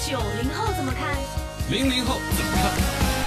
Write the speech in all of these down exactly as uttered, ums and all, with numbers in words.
九零后怎么看？ 零零后怎么看？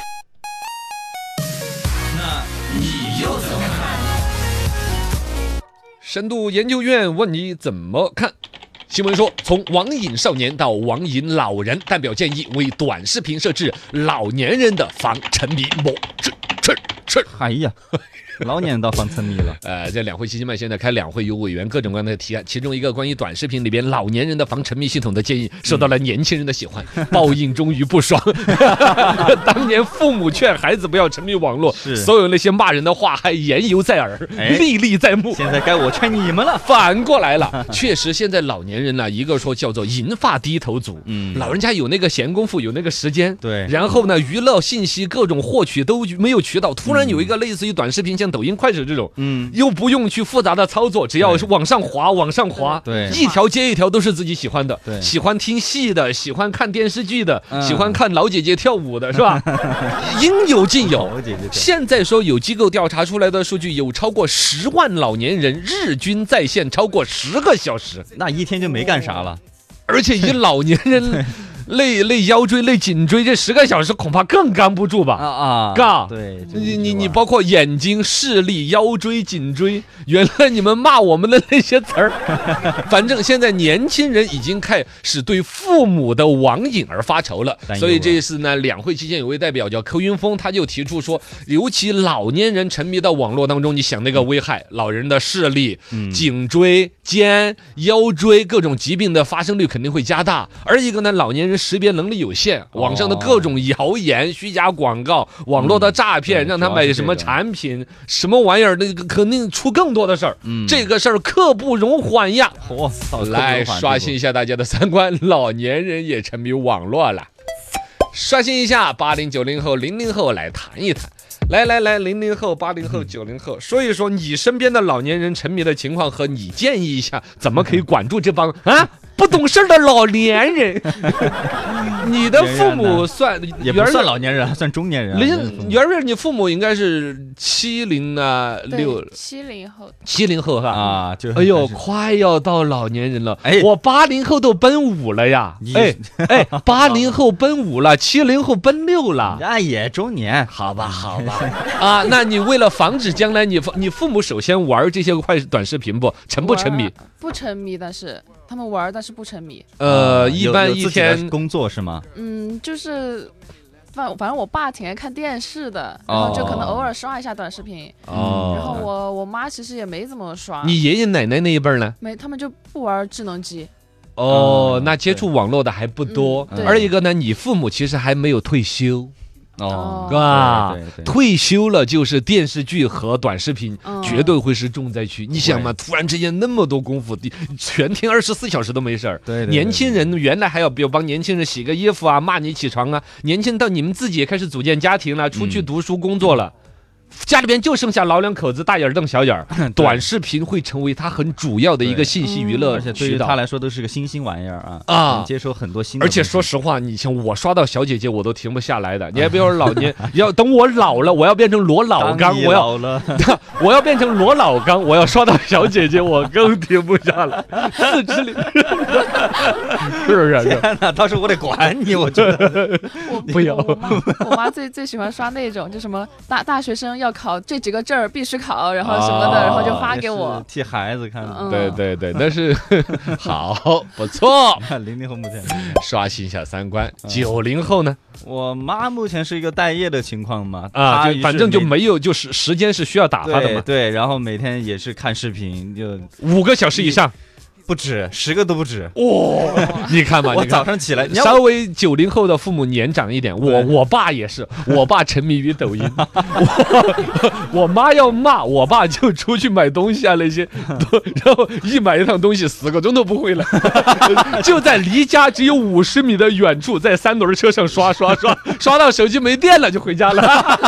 那你又怎么看？深度研究院问你怎么看？新闻说，从网瘾少年到网瘾老人，代表建议为短视频设置老年人的防沉迷模式。吃吃， 哎呀，老年人到防沉迷了。 呃，这两会期间嘛，现在开两会，有委员各种各样的提案，其中一个关于短视频里边老年人的防沉迷系统的建议，受到了年轻人的喜欢，嗯、报应终于不爽。当年父母劝孩子不要沉迷网络，所有那些骂人的话还言犹在耳，哎、历历在目。 现在该我劝你们了， 反过来了。确实，现在老年人呢，一个说叫做银发低头族，嗯，老人家有那个闲工夫，有那个时间， 对， 然后呢，娱乐信息各种获取都没有渠道，突然有一个类似于短视频，像抖音、快手这种，嗯，又不用去复杂的操作，只要是往上滑，往上滑， 对， 一条接一条都是自己喜欢的， 对， 喜欢听戏的，喜欢看电视剧的，嗯、喜欢看老姐姐跳舞的，是吧？应有尽有。现在说有机构调查出来的数据，有超过十万老年人日均在线超过十个小时， 那一天就没干啥了， 而且以老年人。累累腰椎累颈椎，这十个小时恐怕更扛不住吧？ 啊啊， 嘎， 对， 你你你包括眼睛视力、腰椎、颈椎，原来你们骂我们的那些词儿，反正现在年轻人已经开始对父母的网瘾而发愁了。所以这次呢，两会期间有位代表叫柯云峰，他就提出说，尤其老年人沉迷到网络当中，你想那个危害，老人的视力、嗯、颈椎、肩、腰椎各种疾病的发生率肯定会加大。而一个呢，老年人识别能力有限，网上的各种谣言、虚假广告、网络的诈骗，让他买什么产品、什么玩意儿，那个肯定出更多的事儿。嗯，这个事儿刻不容缓呀！ 我操， 来刷新一下大家的三观，老年人也沉迷网络了。刷新一下八零九零后、零零后来谈一谈。来来来，零零后、八零后、九零后，说一说你身边的老年人沉迷的情况，和你建议一下怎么可以管住这帮啊不懂事的老年人。你的父母算也不算老年人，算中年人。 圆圆，你父母应该是七零啊六七零后， 七零后哈啊，就哎呦，快要到老年人了。哎，我八零后都奔五了呀。哎哎，八零后奔五了，七零后奔六了， 那也中年， 好吧好吧。啊，那你为了防止将来你你父母首先玩这些快短视频不沉不沉迷？ 不沉迷，但是他们玩，但是不沉迷。 呃，一般一天工作是吗？ 嗯，就是反反正我爸挺爱看电视的，然后就可能偶尔刷一下短视频。哦。然后我我妈其实也没怎么刷。 你爷爷奶奶那一辈呢？ 没，他们就不玩智能机。 哦，那接触网络的还不多。 嗯、 而一个呢，你父母其实还没有退休。 哦， 啊，退休了就是电视剧和短视频， 嗯、 绝对会是重灾区。你想嘛，突然之间那么多功夫，全天二十四小时都没事儿。 对， 年轻人原来还要比如帮年轻人洗个衣服啊，骂你起床啊。年轻到你们自己也开始组建家庭了，出去读书工作了。嗯，家里边就剩下老两口子，大眼瞪小眼儿。短视频会成为他很主要的一个信息娱乐渠道， 而且对于他来说都是个新兴玩意儿啊啊， 接受很多新的。 而且说实话，你像我刷到小姐姐，我都停不下来的。你还别说老年，要等我老了，我要变成罗老刚，我要我要变成罗老刚，我要刷到小姐姐，我更停不下来，自制力是不是？ 天哪，到时候我得管你，我觉得我不要。 我妈我妈最最喜欢刷那种，就什么大大学生要考这几个证儿必须考，然后什么的，然后就发给我， 替孩子看的。 嗯、 对对对，但是好不错。 零零后目前刷新一下三观。九零后呢？ 我妈目前是一个待业的情况嘛， 啊，就反正就没有，就是时间是需要打发的嘛。 对，然后每天也是看视频，就五个小时以上。 不止十个都不止哇、哦！你看吧， 我早上起来， 稍微九零后的父母年长一点，我我爸也是，我爸沉迷于抖音，我我妈要骂我爸就出去买东西啊那些，然后一买一趟东西十个钟都不回来，就在离家只有五十米的远处，在三轮车上刷刷刷刷到手机没电了就回家了，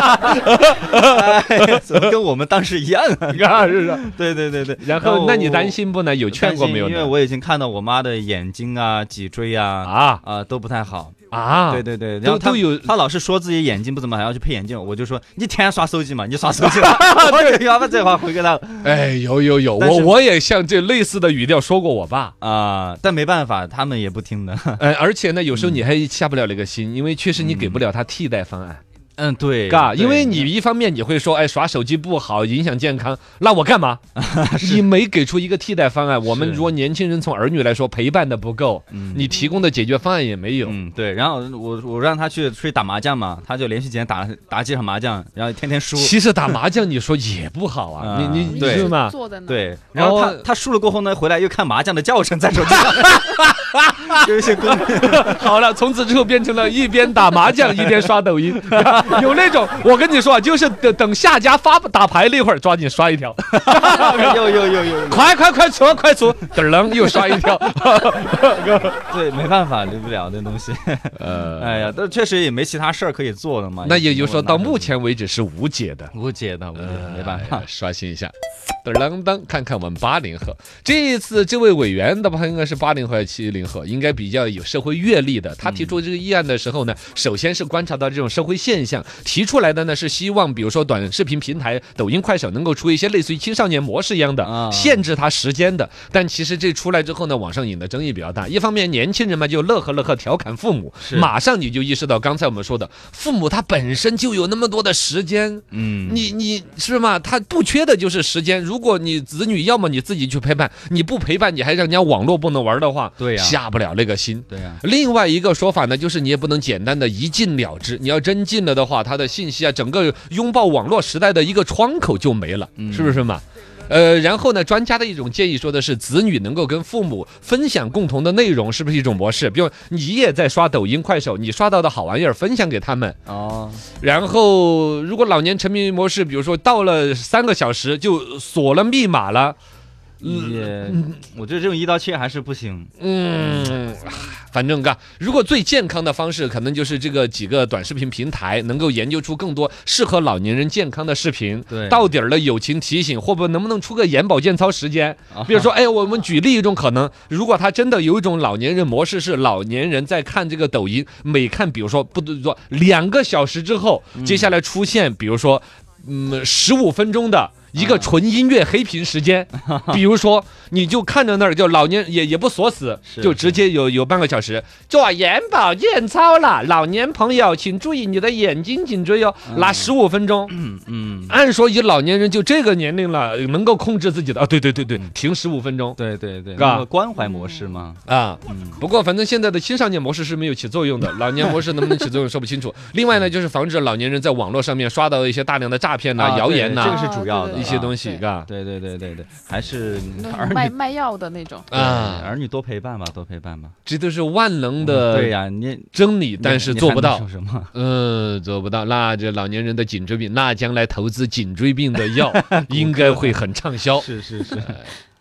哎、怎么跟我们当时一样啊？ 啊是啊， 对对对对。 然后那你担心不呢？有劝过没有？ 因为我已经看到我妈的眼睛啊、脊椎啊啊啊都不太好。 啊， 对对对，然后他都有他老是说自己眼睛不怎么好，要去配眼镜，我就说你天天刷手机嘛，你刷手机嘛，我就要把这话回给他。 哎，有有有， 但是我我也像这类似的语调说过我爸。 啊、但没办法，他们也不听的。 呃，而且呢，有时候你还下不了那个心，因为确实你给不了他替代方案。 嗯，对， 嘎， 对因为你一方面你会说，哎，耍手机不好，影响健康，那我干嘛？你没给出一个替代方案。我们如果年轻人从儿女来说，陪伴的不够， 嗯你提供的解决方案也没有。 嗯，对，然后我我让他去出去打麻将嘛，他就连续几天打打几场麻将，然后天天输。 其实打麻将你说也不好啊， 嗯你你对是吗？ 做的呢？ 对，然后他、 哦他输了过后呢，回来又看麻将的教程在手机上，有一些攻略。 好了，从此之后变成了一边打麻将一边刷抖音，有那种我跟你说啊，就是等等下家发打牌那会儿，抓紧刷一条， 有有有有， 快快快出快出，噔楞又刷一条。 对，没办法，留不了那东西。 呃， 哎呀，但确实也没其他事儿可以做了嘛。 那也就是说到目前前为止是无解的。 无解的，无解的，没办哎法呀。刷新一下，噔啷当，看看我们八零后。这一次这位委员的话，应该是八零后还是七零后，应该比较有社会阅历的。他提出这个议案的时候呢，首先是观察到这种社会现象，提出来的呢是希望，比如说短视频平台抖音、快手能够出一些类似于青少年模式一样的， 啊限制它时间的。但其实这出来之后呢，网上引的争议比较大。一方面，年轻人嘛就乐呵乐呵调侃父母， 是马上你就意识到刚才我们说的，父母他本身就有那么多的时间。 嗯， 你你是吗？他不缺的就是时间。如果你子女要么你自己去陪伴，你不陪伴，你还让人家网络不能玩的话， 对呀下不了那个心。 对呀， 另外一个说法呢，就是你也不能简单的一禁了之。你要真禁了的话，他的信息啊，整个拥抱网络时代的一个窗口就没了， 嗯是不是嘛？呃，然后呢，专家的一种建议说的是，子女能够跟父母分享共同的内容，是不是一种模式？比如你也在刷抖音、快手，你刷到的好玩意儿分享给他们。 哦， 然后，如果老年沉迷模式，比如说到了三个小时就锁了密码了， 也，我觉得这种一刀切还是不行。 嗯，反正嘎，如果最健康的方式，可能就是这个几个短视频平台能够研究出更多适合老年人健康的视频， 对到底儿的友情提醒，或不能不能出个眼保健操时间？ 啊比如说，哎，我们举例一种可能，如果他真的有一种老年人模式，是老年人在看这个抖音，每看比如说不对说两个小时之后，接下来出现比如说嗯十五分钟的。一个纯音乐黑屏时间，比如说你就看着那儿，就老年也也不锁死， 是就直接有有半个小时做眼保健操了。老年朋友请注意你的眼睛颈椎哦，拿十五分钟。 嗯嗯， 按说以老年人就这个年龄了，能够控制自己的啊，对对对对，停十五分钟对对对， 嘎那个关怀模式嘛。 啊。 嗯， 不过反正现在的青少年模式是没有起作用的，老年模式能不能起作用说不清楚。另外呢，就是防止老年人在网络上面刷到一些大量的诈骗呐、 啊谣言呐、 对这个是主要的一些东西， 对嘎对对对对对，还是那儿女种卖卖药的那种。 对啊， 儿女多陪伴吧，多陪伴吧。 这都是万能对的呀，你真理，但是你做不到你还能。说什么？ 嗯，做不到。那这老年人的颈椎病，那将来投资颈椎病的药应该会很畅销。 是是是。